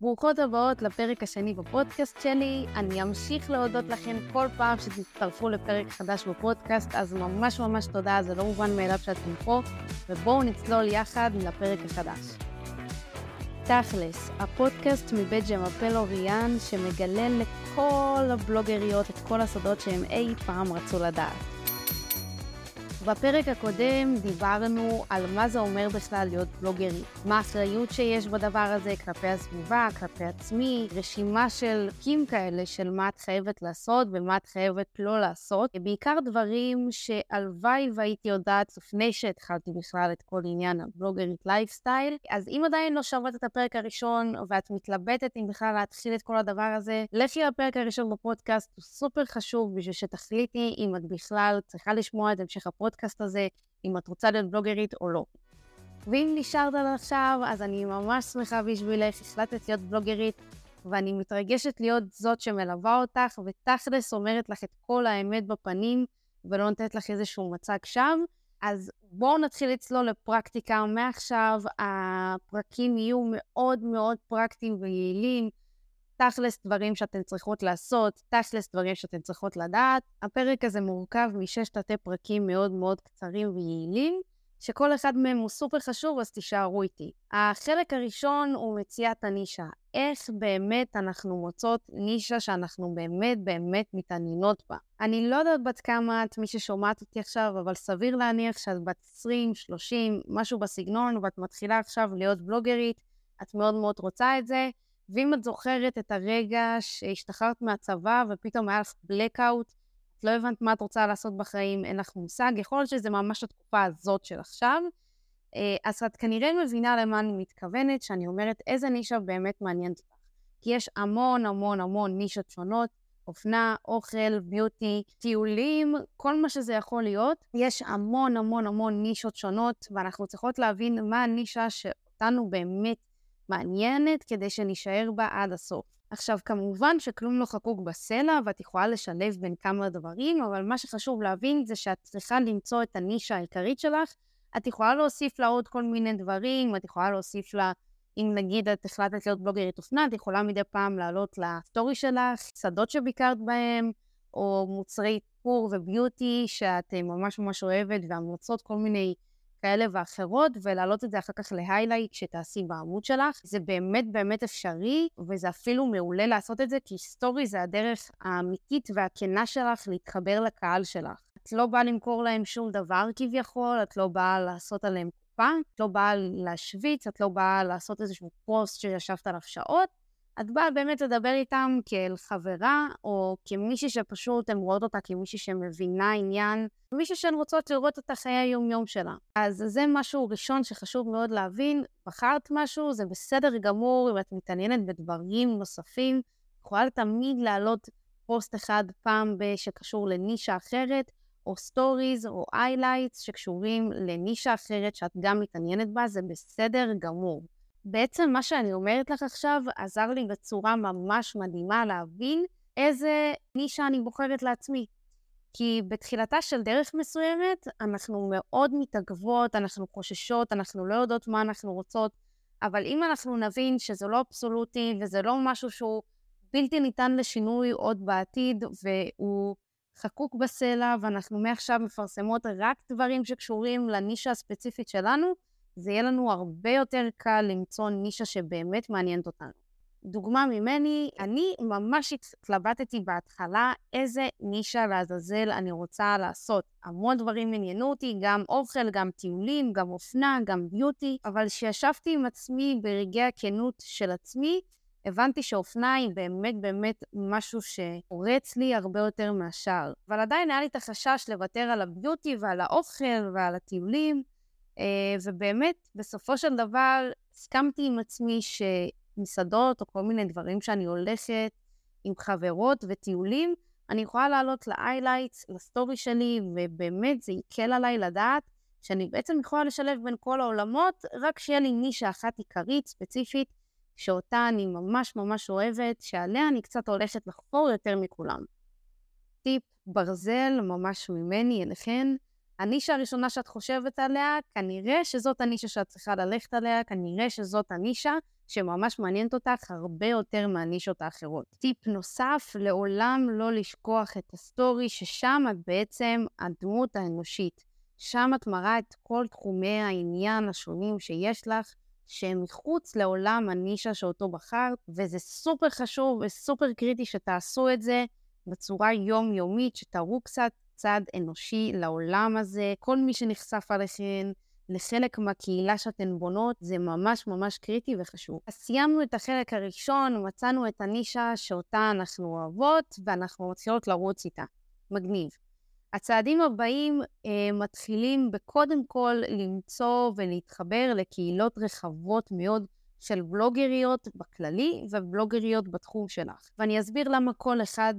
ברוכות הבאות לפרק השני בפודקאסט שלי. אני אמשיך להודות לכם כל פעם שתצטרפו לפרק חדש בפודקאסט, אז ממש ממש תודה, זה לא מובן מאליו שאתם פה, ובואו נצלול יחד לפרק החדש. תכלס, הפודקאסט מבית ג'מפל אוריאן שמגלה לכל הבלוגריות את כל הסודות שהם אי פעם רצו לדעת. בפרק הקודם דיברנו על מה זה אומר בכלל להיות בלוגרית, מה האחריות שיש בדבר הזה כלפי הסביבה, כלפי עצמי, רשימה של חוקים כאלה של מה את חייבת לעשות ומה את חייבת לא לעשות, בעיקר דברים שהלוואי והייתי יודעת לפני שהתחלתי בכלל את כל עניין הבלוגרית לייפסטייל. אז אם עדיין לא שמעת את הפרק הראשון ואת מתלבטת אם בכלל להתחיל את כל הדבר הזה, לכי לפרק הראשון בפודקאסט, הוא סופר חשוב בשביל שתחליטי אם את בכלל צריכה לשמוע את המשך הפודקאסט הזה, אם את רוצה להיות בלוגרית או לא. ואם נשארת עד עכשיו, אז אני ממש שמחה בשבילך, החלטת להיות בלוגרית, ואני מתרגשת להיות זאת שמלווה אותך, ותכלס אומרת לך את כל האמת בפנים, ולא נותנת לך איזשהו מצג שם. אז בואו נתחיל לצלול לפרקטיקה. מעכשיו הפרקים יהיו מאוד מאוד פרקטיים ויעילים, תכלס דברים שאתן צריכות לעשות, תכלס דברים שאתן צריכות לדעת. הפרק הזה מורכב משש תתי פרקים מאוד מאוד קצרים ויעילים, שכל אחד מהם הוא סופר חשוב, אז תישארו איתי. החלק הראשון הוא מציאת הנישה. איך באמת אנחנו מוצאות נישה שאנחנו באמת באמת מתעניינות בה. אני לא יודעת בת כמה את, מי ששומעת אותי עכשיו, אבל סביר להניח שאת בת 20, 30, משהו בסגנון, ואת מתחילה עכשיו להיות בלוגרית, את מאוד מאוד רוצה את זה. ואם את זוכרת את הרגע שהשתחררת מהצבא ופתאום היה לך בלקאוט, את לא הבנת מה את רוצה לעשות בחיים, אין לך מושג, יכול להיות שזה ממש התקופה הזאת של עכשיו, אז את כנראה מבינה למה אני מתכוונת, שאני אומרת איזה נישה באמת מעניינת אותך. כי יש המון המון המון נישות שונות, אופנה, אוכל, ביוטי, טיולים, כל מה שזה יכול להיות. יש המון המון המון נישות שונות, ואנחנו צריכות להבין מה הנישה שאותנו באמת מעניינת כדי שנשאר בה עד הסוף. עכשיו, כמובן שכלום לא חקוק בסלע, ואת יכולה לשלב בין כמה דברים, אבל מה שחשוב להבין זה שאת צריכה למצוא את הנישה העיקרית שלך. את יכולה להוסיף לה עוד כל מיני דברים, את יכולה להוסיף לה, אם נגיד את החלטת להיות בלוגרית אופנה, את יכולה מדי פעם לעלות לסטורי שלך, שדות שביקרת בהם, או מוצרי פור וביוטי שאת ממש ממש אוהבת, והמלצות כל מיני כאלה ואחרות, ולהעלות את זה אחר כך להיילייט שתעשי בעמוד שלך. זה באמת באמת אפשרי, וזה אפילו מעולה לעשות את זה, כי סטורי זה הדרך האמיתית והכנה שלך להתחבר לקהל שלך. את לא באה למכור להם שום דבר כביכול, את לא באה לעשות עליהם קופה, את לא באה להשוויץ, את לא באה לעשות איזשהו פוסט שישבת עליו שעות, את באה באמת לדבר איתם כאל חברה, או כמישהי שפשוט הן רואות אותה כמישהי שמבינה עניין, מישהי שהן רוצות לראות את החיי היום-יום שלה. אז זה משהו ראשון שחשוב מאוד להבין. בחרת משהו, זה בסדר גמור, אם את מתעניינת בדברים נוספים, יכולה תמיד להעלות פוסט אחד פעם שקשור לנישה אחרת, או סטוריז או איילייטס שקשורים לנישה אחרת שאת גם מתעניינת בה, זה בסדר גמור. בעצם מה שאני אומרת לך עכשיו עזר לי בצורה ממש מדהימה להבין איזה נישה אני בוחרת לעצמי. כי בתחילתה של דרך מסוימת אנחנו מאוד מתעכבות, אנחנו חוששות, אנחנו לא יודעות מה אנחנו רוצות, אבל אם אנחנו נבין שזה לא אבסולוטי וזה לא משהו שהוא בלתי ניתן לשינוי עוד בעתיד, והוא חקוק בסלע ואנחנו מעכשיו מפרסמות רק דברים שקשורים לנישה הספציפית שלנו, זה יהיה לנו הרבה יותר קל למצוא נישה שבאמת מעניינת אותנו. דוגמה ממני, אני ממש התלבטתי בהתחלה איזה נישה לעזאזל אני רוצה לעשות. המון דברים עניינו אותי, גם אוכל, גם טיולים, גם אופנה, גם ביוטי, אבל כשישבתי עם עצמי ברגעי הכנות של עצמי, הבנתי שאופנה היא באמת באמת משהו שפורץ לי הרבה יותר מהשאר. אבל עדיין היה לי את החשש לוותר על הביוטי ועל האוכל ועל הטיולים, ובאמת בסופו של דבר הסכמתי עם עצמי שמסעדות או כל מיני דברים שאני הולכת עם חברות וטיולים, אני יכולה לעלות לאיילייטס, לסטורי שלי, ובאמת זה יקל עליי לדעת שאני בעצם יכולה לשלב בין כל העולמות, רק שיהיה לי נישה אחת עיקרית ספציפית, שאותה אני ממש ממש אוהבת, שעליה אני קצת הולכת לחפור יותר מכולם. טיפ ברזל ממש ממני אליכן, הנישה הראשונה שאת חושבת עליה, כנראה שזאת הנישה שאת צריכה ללכת עליה, כנראה שזאת הנישה שממש מעניינת אותך הרבה יותר מהנישות האחרות. טיפ נוסף, לעולם לא לשכוח את הסטורי, ששם את בעצם הדמות האנושית. שם את מראה את כל תחומי העניין השונים שיש לך, שהם מחוץ לעולם הנישה שאותו בחרת, וזה סופר חשוב וסופר קריטי שתעשו את זה בצורה יומיומית, שתראו קצת צד אנושי לעולם הזה. כל מי שנחשף עליכם, לחלק מהקהילה שאתן בונות, זה ממש ממש קריטי וחשוב. אז סיימנו את החלק הראשון, מצאנו את הנישה שאותה אנחנו אוהבות, ואנחנו מתחילות לרוץ איתה. מגניב. הצעדים הבאים מתחילים בקודם כל למצוא ולהתחבר לקהילות רחבות מאוד של בלוגריות בכללי ובלוגריות בתחום שלך. ואני אסביר למה כל אחד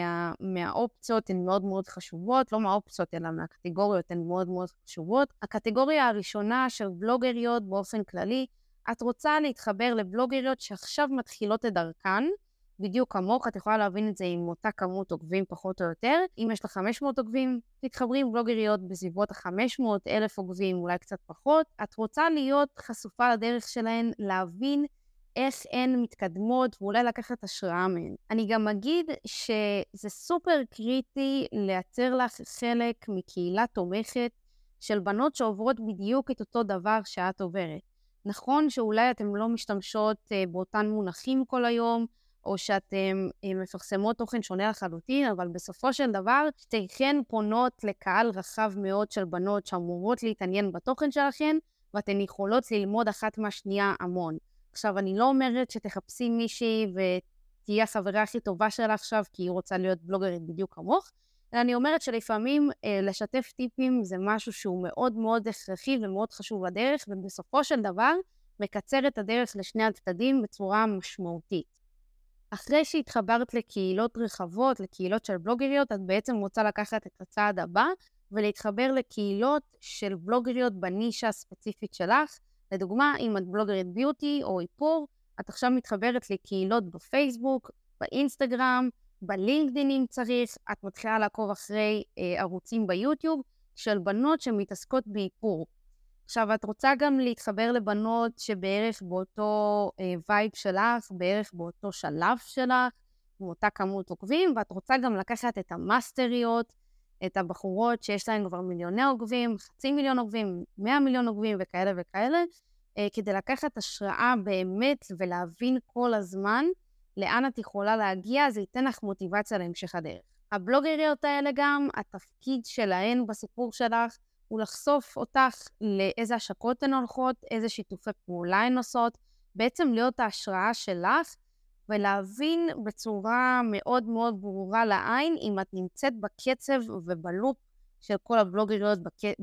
מהאופציות הן מאוד מאוד חשובות, לא מהאופציות אלא מהקטגוריות הן מאוד מאוד חשובות. הקטגוריה הראשונה של בלוגריות באופן כללי, את רוצה להתחבר לבלוגריות שעכשיו מתחילות את דרכן, בדיוק כמוך, את יכולה להבין את זה עם אותה כמות עוקבים פחות או יותר. אם יש לך 500 עוקבים, תתחברי עם בלוגריות בסביבות ה-500, 1,000 עוקבים, אולי קצת פחות. את רוצה להיות חשופה לדרך שלהן, להבין איך הן מתקדמות ואולי לקחת השראה מהן. אני גם אגיד שזה סופר קריטי לייצר לך חלק מקהילה תומכת של בנות שעוברות בדיוק את אותו דבר שאת עוברת. נכון שאולי אתן לא משתמשות באותן מונחים כל היום, או שאתם מפרסמות תוכן שונה לחלוטין, אבל בסופו של דבר, שתיכן פונות לקהל רחב מאוד של בנות שאמורות להתעניין בתוכן שלכן, ואתן יכולות ללמוד אחת מהשנייה המון. עכשיו, אני לא אומרת שתחפשי מישהי ותהיה החברה הכי טובה שלה עכשיו, כי היא רוצה להיות בלוגרית בדיוק כמוך, אלא אני אומרת שלפעמים לשתף טיפים זה משהו שהוא מאוד מאוד הכרחי ומאוד חשוב לדרך, ובסופו של דבר מקצר את הדרך לשני הצדדים בצורה משמעותית. אחרי שהתחברת לקהילות רחבות, לקהילות של בלוגריות, את בעצם רוצה לקחת את הצעד הבא ולהתחבר לקהילות של בלוגריות בנישה הספציפית שלך. לדוגמה, אם את בלוגרית ביוטי או איפור, את עכשיו מתחברת לקהילות בפייסבוק, באינסטגרם, בלינקדין אם צריך, את מתחילה לעקוב אחרי ערוצים ביוטיוב של בנות שמתעסקות באיפור. עכשיו, את רוצה גם להתחבר לבנות שבערך באותו וייב שלך, בערך באותו שלב שלך, עם אותה כמות עוקבים, ואת רוצה גם לקחת את המאסטריות, את הבחורות שיש להן כבר מיליוני עוקבים, 500,000 עוקבים, 100,000,000 עוקבים וכאלה וכאלה, כדי לקחת השראה באמת ולהבין כל הזמן לאן את יכולה להגיע, זה ייתן לך מוטיבציה להמשך הדרך. הבלוגריות האלה גם, התפקיד שלהן בסיפור שלך, ולחשוף אותך לאיזה השקות הן הולכות, איזה שיתופי פעולה הן עושות, בעצם להיות ההשראה שלך, ולהבין בצורה מאוד מאוד ברורה לעין, אם את נמצאת בקצב ובלופ של כל הבלוגריות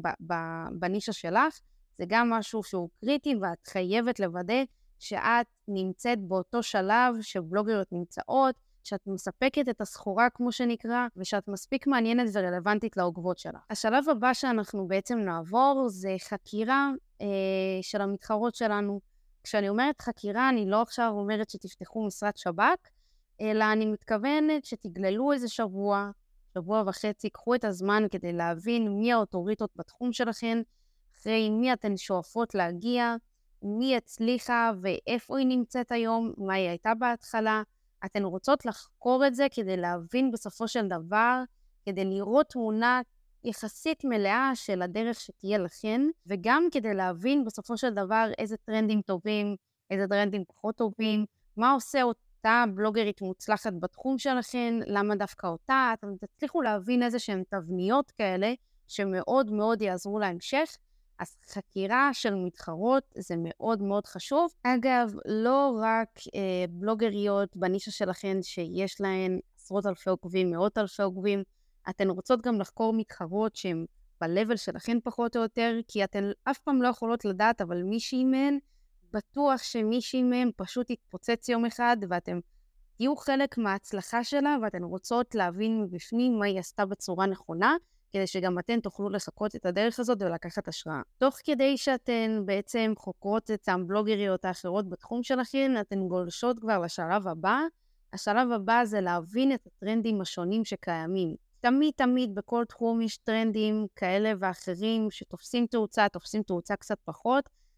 בנישה שלך, זה גם משהו שהוא קריטי, ואת חייבת לוודא שאת נמצאת באותו שלב שבלוגריות נמצאות, שאת מספקת את הסחורה כמו שנקרא, ושאת מספיק מעניינת ורלוונטית לעוקבות שלה. השלב הבא שאנחנו בעצם נעבור זה חקירה של המתחרות שלנו. כשאני אומרת חקירה, אני לא עכשיו אומרת שתפתחו משרד שב"כ, אלא אני מתכוונת שתגללו איזה שבוע, שבוע וחצי, קחו את הזמן כדי להבין מי האוטוריטות בתחום שלכם, אחרי מי אתן שואפות להגיע, מי הצליחה ואיפה היא נמצאת היום, מה היא הייתה בהתחלה, אתן רוצות לחקור את זה כדי להבין בסופו של דבר, כדי לראות תמונה יחסית מלאה של הדרך שתהיה לכן, וגם כדי להבין בסופו של דבר איזה טרנדים טובים, איזה טרנדים פחות טובים, מה עושה אותה בלוגרית מוצלחת בתחום שלכן, למה דווקא אותה, אתם תצליחו להבין איזה שהן תבניות כאלה, שמאוד מאוד יעזרו להמשך. אז חקירה של מתחרות זה מאוד מאוד חשוב. אגב, לא רק בלוגריות בנישה שלכן שיש להן עשרות אלפי עוקבים, מאות אלפי עוקבים, אתן רוצות גם לחקור מתחרות שהן בלבל שלכן פחות או יותר, כי אתן אף פעם לא יכולות לדעת, אבל מישהי מהן, בטוח שמישהי מהן פשוט יתפוצץ יום אחד, ואתן תהיו חלק מההצלחה שלה, ואתן רוצות להבין מבפנים מה היא עשתה בצורה נכונה, כדי שגם אתן תוכלו לחכות את הדרך הזאת ולקחת השראה. תוך כדי שאתן בעצם חוקרות את הבלוגריות האחרות בתחום שלכן, אתן גולשות כבר לשלב הבא. השלב הבא זה להבין את הטרנדים השונים שקיימים. תמיד בכל תחום יש טרנדים כאלה ואחרים שתופסים תאוצה, תופסים תאוצה קצת פחות,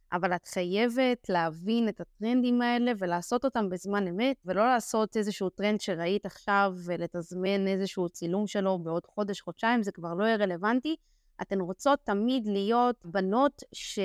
אבל את חייבת להבין את הטרנדים האלה ולעשות אותם בזמן אמת, ולא לעשות איזשהו טרנד שראית עכשיו ולתזמן איזשהו צילום שלו בעוד חודש, חודשיים, זה כבר לא יהיה רלוונטי. אתן רוצות תמיד להיות בנות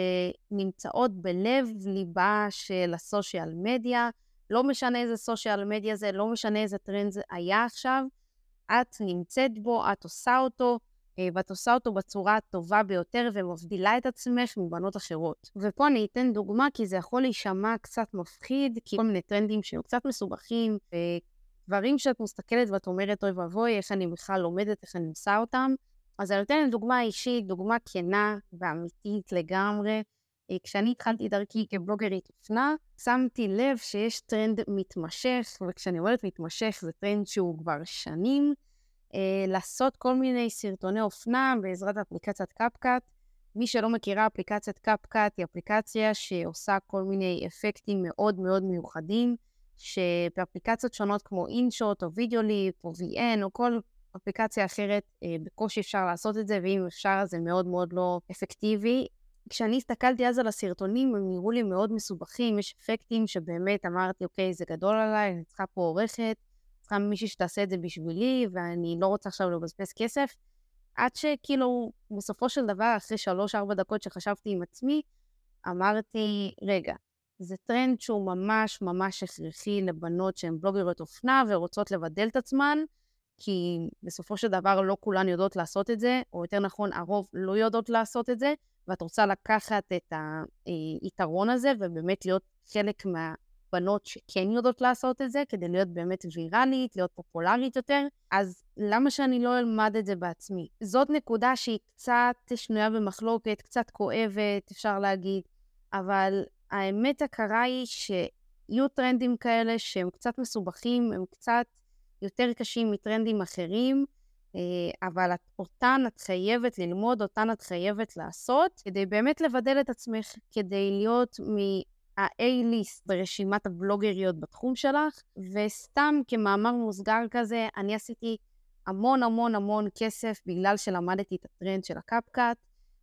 שנמצאות בלב ליבה של הסושיאל מדיה, לא משנה איזה סושיאל מדיה זה, לא משנה איזה טרנד זה היה עכשיו, את נמצאת בו, את עושה אותו, ואת עושה אותו בצורה הטובה ביותר ומבדילה את עצמך מבנות אחרות. ופה אני אתן דוגמה, כי זה יכול להישמע קצת מפחיד, כי כל מיני טרנדים שהם קצת מסובכים, ודברים שאת מסתכלת ואת אומרת, אוי ואבוי, איך אני בכלל לומדת, איך אני עושה אותם. אז אני אתן דוגמה אישית, דוגמה כנה ואמיתית לגמרי. כשאני התחלתי דרכי כבלוגרית אופנה, שמתי לב שיש טרנד מתמשך, וכשאני אומרת מתמשך זה טרנד שהוא כבר שנים, לעשות כל מיני סרטוני אופנה בעזרת אפליקציית קאפקאט. מי שלא מכירה, אפליקציית קאפקאט היא אפליקציה שעושה כל מיני אפקטים מאוד מאוד מיוחדים, שבאפליקציות שונות כמו אינשוט או וידאוליפ או VN או כל אפליקציה אחרת, בקושי אפשר לעשות את זה, ואם אפשר זה מאוד מאוד לא אפקטיבי. כשאני הסתכלתי אז על הסרטונים, הם נראו לי מאוד מסובכים, יש אפקטים שבאמת אמרתי, אוקיי, זה גדול עליי, אני צריכה פה עורכת, צריכה מישהי שתעשה את זה בשבילי, ואני לא רוצה עכשיו לבזבז כסף. עד שכאילו, בסופו של דבר, אחרי 3-4 דקות שחשבתי עם עצמי, אמרתי, רגע, זה טרנד שהוא ממש ממש הכרחי לבנות שהן בלוגריות אופנה ורוצות לבדל את עצמן, כי בסופו של דבר לא כולן יודעות לעשות את זה, או יותר נכון, הרוב לא יודעות לעשות את זה, ואת רוצה לקחת את היתרון הזה, ובאמת להיות חלק מהבנות שכן יודעות לעשות את זה, כדי להיות באמת ויראלית, להיות פופולרית יותר, אז למה שאני לא אלמד את זה בעצמי? זאת נקודה שהיא קצת שנויה במחלוקת, קצת כואבת, אפשר להגיד, אבל האמת הקרה היא שיהיו טרנדים כאלה שהם קצת מסובכים, הם קצת יותר קשים מטרנדים אחרים, אבל אותן את חייבת ללמוד, אותן את חייבת לעשות, כדי באמת לבדל את עצמך, כדי להיות מה-A-ליסט ברשימת הבלוגריות בתחום שלך, וסתם כמאמר מוסגר כזה, אני עשיתי המון המון המון כסף בגלל שלמדתי את הטרנד של הקאפקאט,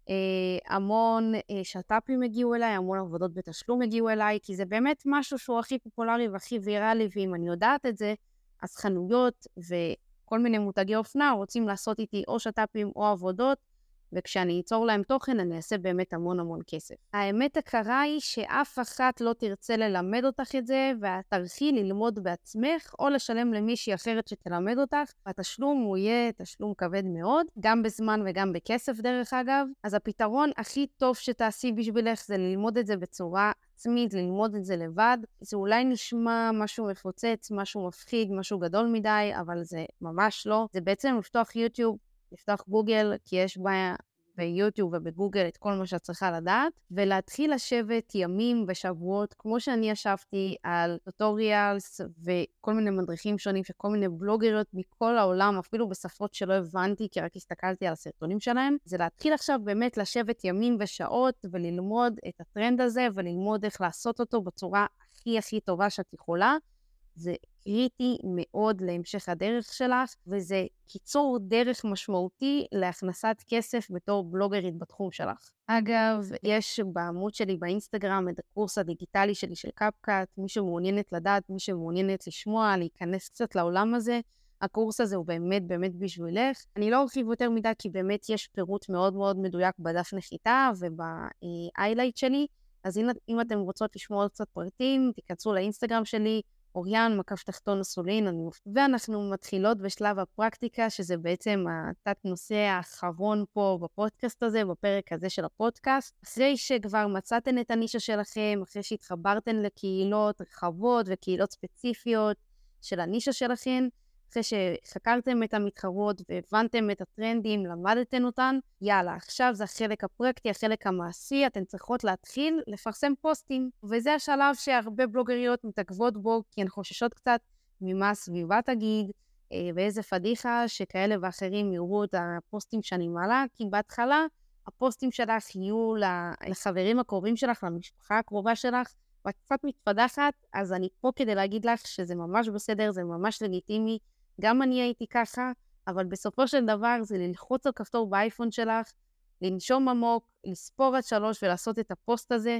המון שטאפים הגיעו אליי, המון עבודות בתשלום הגיעו אליי, כי זה באמת משהו שהוא הכי פופולרי והכי ויראלי, ואם אני יודעת את זה, אז חנויות וכל מיני מותגי אופנה רוצים לעשות איתי או שטאפים או עבודות, וכשאני אצור להם תוכן אני אעשה באמת המון המון כסף. האמת הקרה היא שאף אחת לא תרצה ללמד אותך את זה, ואת תלכי ללמוד בעצמך או לשלם למישהי אחרת שתלמד אותך. התשלום הוא יהיה תשלום כבד מאוד, גם בזמן וגם בכסף דרך אגב. אז הפתרון הכי טוב שתעשי בשבילך זה ללמוד את זה בצורה עצמית, ללמוד את זה לבד. זה אולי נשמע משהו מפוצץ, משהו מפחיד, משהו גדול מדי, אבל זה ממש לא. זה בעצם לפתוח יוטיוב, לפתוח גוגל, כי יש בעיה ביוטיוב ובגוגל את כל מה שאת צריכה לדעת, ולהתחיל לשבת ימים ושבועות, כמו שאני ישבתי על טוטוריאלס וכל מיני מדריכים שונים של כל מיני בלוגריות מכל העולם, אפילו בשפות שלא הבנתי, כי רק הסתכלתי על הסרטונים שלהם. זה להתחיל עכשיו באמת לשבת ימים ושעות וללמוד את הטרנד הזה, וללמוד איך לעשות אותו בצורה הכי טובה שאת יכולה. זה קריטי מאוד להמשך הדרך שלך, וזה קיצור דרך משמעותי להכנסת כסף בתור בלוגרית בתחום שלך. אגב, יש בעמוד שלי באינסטגרם את הקורס הדיגיטלי שלי של קאפקאט, מי שמעוניינת לדעת, מי שמעוניינת לשמוע, להיכנס קצת לעולם הזה, הקורס הזה הוא באמת באמת בשבילך. אני לא ארחיב יותר מדי, כי באמת יש פירוט מאוד מאוד מדויק בדף נחיתה ובהיילייט שלי, אז אם אתם רוצות לשמוע קצת פרטים, תיכנסו לאינסטגרם שלי, אוריאן, מקף תחתון אסולין, ואנחנו מתחילות בשלב הפרקטיקה, שזה בעצם התת נושא האחרון פה בפודקאסט הזה, בפרק הזה של הפודקאסט. אחרי שכבר מצאתן את הנישה שלכם, אחרי שהתחברתן לקהילות רחבות וקהילות ספציפיות של הנישה שלכם, אחרי שחקרתם את המתחרות והבנתם את הטרנדים, למדתם אותן, יאללה, עכשיו זה החלק הפרקטי, החלק המעשי, אתן צריכות להתחיל לפרסם פוסטים. וזה השלב שהרבה בלוגריות מתעכבות בו, כי הן חוששות קצת ממה הסביבה תגיד, ואיזה פדיחה שכאלה ואחרים יראו את הפוסטים שאני מעלה, כי בהתחלה הפוסטים שלך יהיו לחברים הקרובים שלך, למשפחה הקרובה שלך, ואת קצת מתפדחת, אז אני פה כדי להגיד לך שזה ממש בסדר, זה ממש לגיטימי, גם אני הייתי ככה, אבל בסופו של דבר זה ללחוץ על כפתור באייפון שלך, לנשום עמוק, לספור עד 3 ולעשות את הפוסט הזה,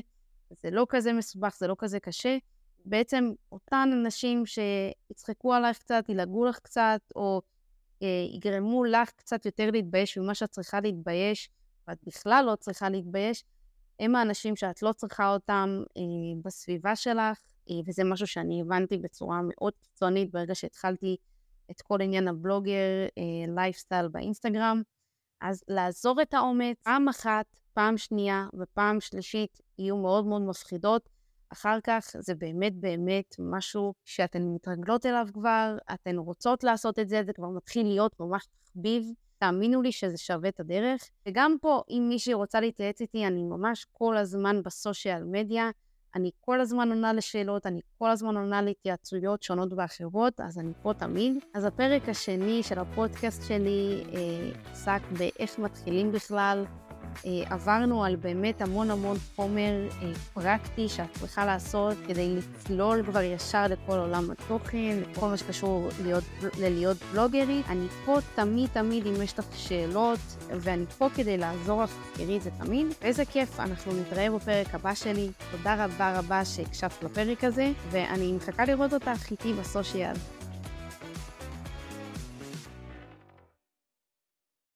זה לא כזה מסובך, זה לא כזה קשה. בעצם אותן אנשים שיצחקו עליך קצת, ילגעו לך קצת, או יגרמו לך קצת יותר להתבייש ממה שאת צריכה להתבייש, ואת בכלל לא צריכה להתבייש, הם האנשים שאת לא צריכה אותם בסביבה שלך, וזה משהו שאני הבנתי בצורה מאוד קיצונית ברגע שהתחלתי את כל עניין הבלוגר, לייפסטייל באינסטגרם. אז לעזור את האומץ, פעם אחת, פעם שנייה ופעם שלישית יהיו מאוד מאוד מפחידות. אחר כך זה באמת באמת משהו שאתן מתרגלות אליו כבר, אתן רוצות לעשות את זה, זה כבר מתחיל להיות ממש תחביב. תאמינו לי שזה שווה את הדרך. וגם פה, אם מישהי רוצה להתייעץ איתי, אני ממש כל הזמן בסושיאל מדיה, אני כל הזמן עונה לשאלות, אני כל הזמן עונה להתייעצויות שונות ואחרות, אז אני פה תמיד. אז הפרק השני של הפודקאסט שלי עסק באיך מתחילים בכלל. עברנו על באמת המון המון חומר פרקטי שאת צריכה לעשות כדי לצלול כבר ישר לכל עולם התוכן, לכל מה שקשור להיות בלוגרית. אני פה תמיד אם יש לך שאלות, ואני פה כדי לעזור לך, תראי את זה תמיד. ואיזה כיף, אנחנו נתראה בפרק הבא שלי. תודה רבה שהקשבת לפרק הזה, ואני מחכה לראות אותך איתי בסושיאל.